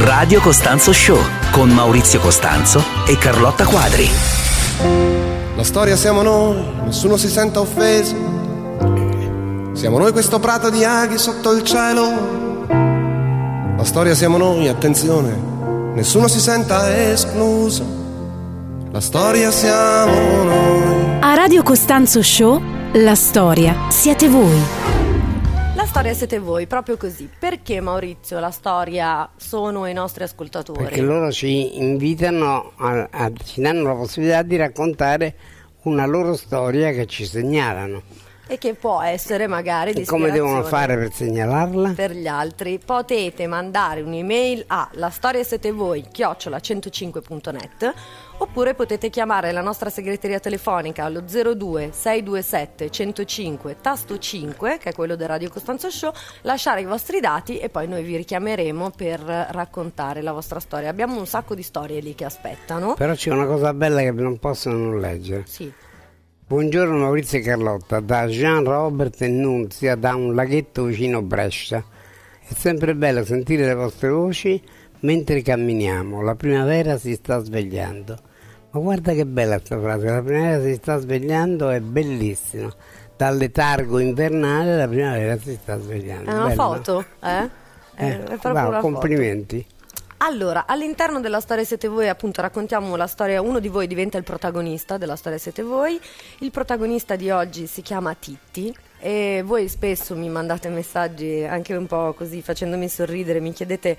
Radio Costanzo Show con Maurizio Costanzo e Carlotta Quadri. La storia siamo noi, nessuno si senta offeso. Siamo noi questo prato di aghi sotto il cielo. La storia siamo noi, attenzione, nessuno si senta escluso. La storia siamo noi. A Radio Costanzo Show, la storia siete voi. La storia siete voi, proprio così. Perché, Maurizio, la storia sono i nostri ascoltatori? Perché loro ci invitano, ci danno la possibilità di raccontare una loro storia che ci segnalano. E che può essere magari di come devono fare per segnalarla? Per gli altri potete mandare un'email a lastoriasietevoi@105.net oppure potete chiamare la nostra segreteria telefonica allo 02 627 105 tasto 5, che è quello del Radio Costanzo Show, lasciare i vostri dati e poi noi vi richiameremo per raccontare la vostra storia. Abbiamo un sacco di storie lì che aspettano. Però c'è una cosa bella che non possono non leggere. Sì. Buongiorno Maurizio e Carlotta, da Jean Robert e Nunzia, da un laghetto vicino Brescia. È sempre bello sentire le vostre voci mentre camminiamo. La primavera si sta svegliando. Ma guarda che bella questa frase, la primavera si sta svegliando, è bellissima. Dal letargo invernale la primavera si sta svegliando. È una bello, foto, eh? È proprio una complimenti. Foto. Allora, all'interno della Storia Siete Voi, appunto, raccontiamo la storia, uno di voi diventa il protagonista della Storia Siete Voi. Il protagonista di oggi si chiama Titti e voi spesso mi mandate messaggi anche un po' così facendomi sorridere, mi chiedete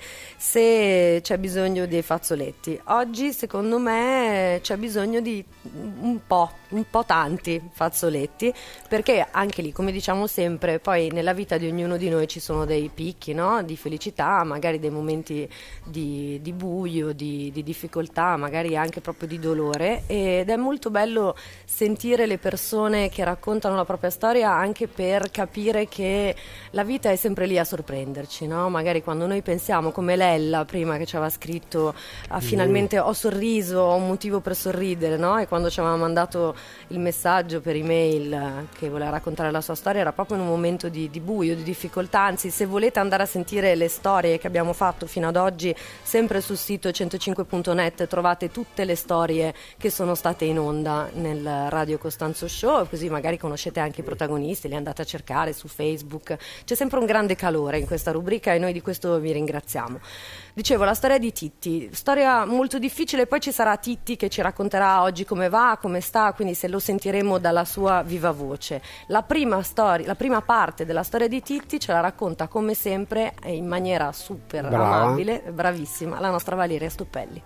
se c'è bisogno dei fazzoletti. Oggi secondo me c'è bisogno di un po' tanti fazzoletti, perché anche lì, come diciamo sempre, poi nella vita di ognuno di noi ci sono dei picchi, no? Di felicità, magari dei momenti di buio, di difficoltà, magari anche proprio di dolore, ed è molto bello sentire le persone che raccontano la propria storia, anche per capire che la vita è sempre lì a sorprenderci, no? Magari quando noi pensiamo, come Lella prima che ci aveva scritto finalmente ho sorriso, ho un motivo per sorridere, no? E quando ci aveva mandato il messaggio per email che voleva raccontare la sua storia era proprio in un momento di buio, di difficoltà. Anzi, se volete andare a sentire le storie che abbiamo fatto fino ad oggi, sempre sul sito 105.net trovate tutte le storie che sono state in onda nel Radio Costanzo Show, così magari conoscete anche i protagonisti, li andate a cercare su Facebook. C'è sempre un grande calore in questa rubrica e noi di questo vi ringraziamo. Dicevo, la storia di Titti, storia molto difficile, poi ci sarà Titti che ci racconterà oggi come va, come sta, quindi se lo sentiremo dalla sua viva voce. La prima parte della storia di Titti ce la racconta come sempre in maniera super amabile, bravissima, la nostra Valeria Stoppelli.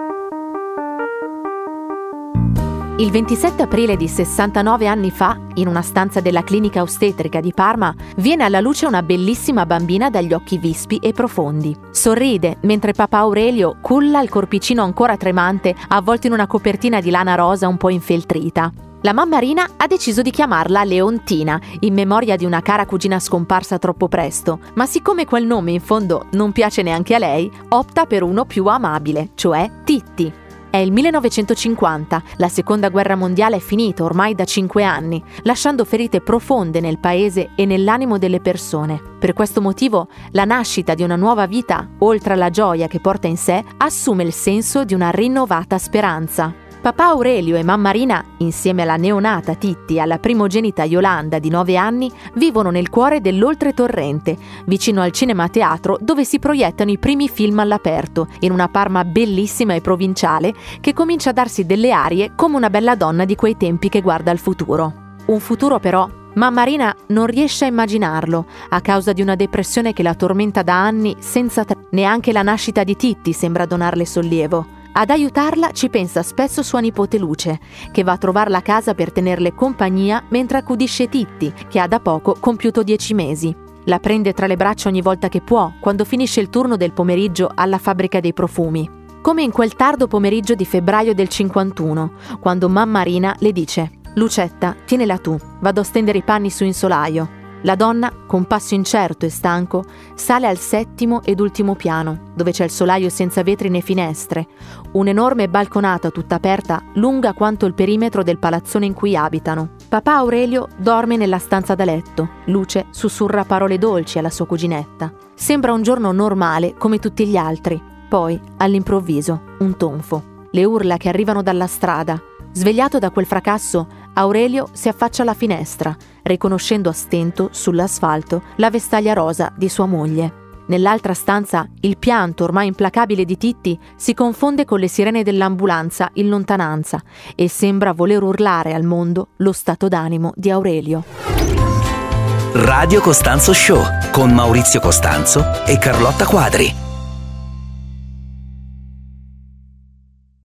Il 27 aprile di 69 anni fa, in una stanza della clinica ostetrica di Parma, viene alla luce una bellissima bambina dagli occhi vispi e profondi. Sorride, mentre papà Aurelio culla il corpicino ancora tremante, avvolto in una copertina di lana rosa un po' infeltrita. La mamma Rina ha deciso di chiamarla Leontina, in memoria di una cara cugina scomparsa troppo presto, ma siccome quel nome in fondo non piace neanche a lei, opta per uno più amabile, cioè Titti. È il 1950, la seconda guerra mondiale è finita ormai da 5 anni, lasciando ferite profonde nel paese e nell'animo delle persone. Per questo motivo, la nascita di una nuova vita, oltre alla gioia che porta in sé, assume il senso di una rinnovata speranza. Papà Aurelio e mamma Rina, insieme alla neonata Titti e alla primogenita Yolanda di 9 anni, vivono nel cuore dell'Oltretorrente, vicino al Cinema Teatro dove si proiettano i primi film all'aperto, in una Parma bellissima e provinciale che comincia a darsi delle arie come una bella donna di quei tempi che guarda al futuro. Un futuro però mamma Rina non riesce a immaginarlo, a causa di una depressione che la tormenta da anni senza neanche la nascita di Titti sembra donarle sollievo. Ad aiutarla ci pensa spesso sua nipote Luce, che va a trovarla a casa per tenerle compagnia mentre accudisce Titti, che ha da poco compiuto 10 mesi. La prende tra le braccia ogni volta che può, quando finisce il turno del pomeriggio alla fabbrica dei profumi. Come in quel tardo pomeriggio di febbraio del 51, quando mamma Rina le dice: «Lucetta, tienila tu, vado a stendere i panni su in solaio». La donna, con passo incerto e stanco, sale al 7° ed ultimo piano, dove c'è il solaio senza vetri né finestre, un'enorme balconata tutta aperta, lunga quanto il perimetro del palazzone in cui abitano. Papà Aurelio dorme nella stanza da letto, Luce sussurra parole dolci alla sua cuginetta. Sembra un giorno normale come tutti gli altri. Poi, all'improvviso, un tonfo. Le urla che arrivano dalla strada. Svegliato da quel fracasso, Aurelio si affaccia alla finestra, riconoscendo a stento, sull'asfalto, la vestaglia rosa di sua moglie. Nell'altra stanza, il pianto ormai implacabile di Titti si confonde con le sirene dell'ambulanza in lontananza e sembra voler urlare al mondo lo stato d'animo di Aurelio. Radio Costanzo Show con Maurizio Costanzo e Carlotta Quadri.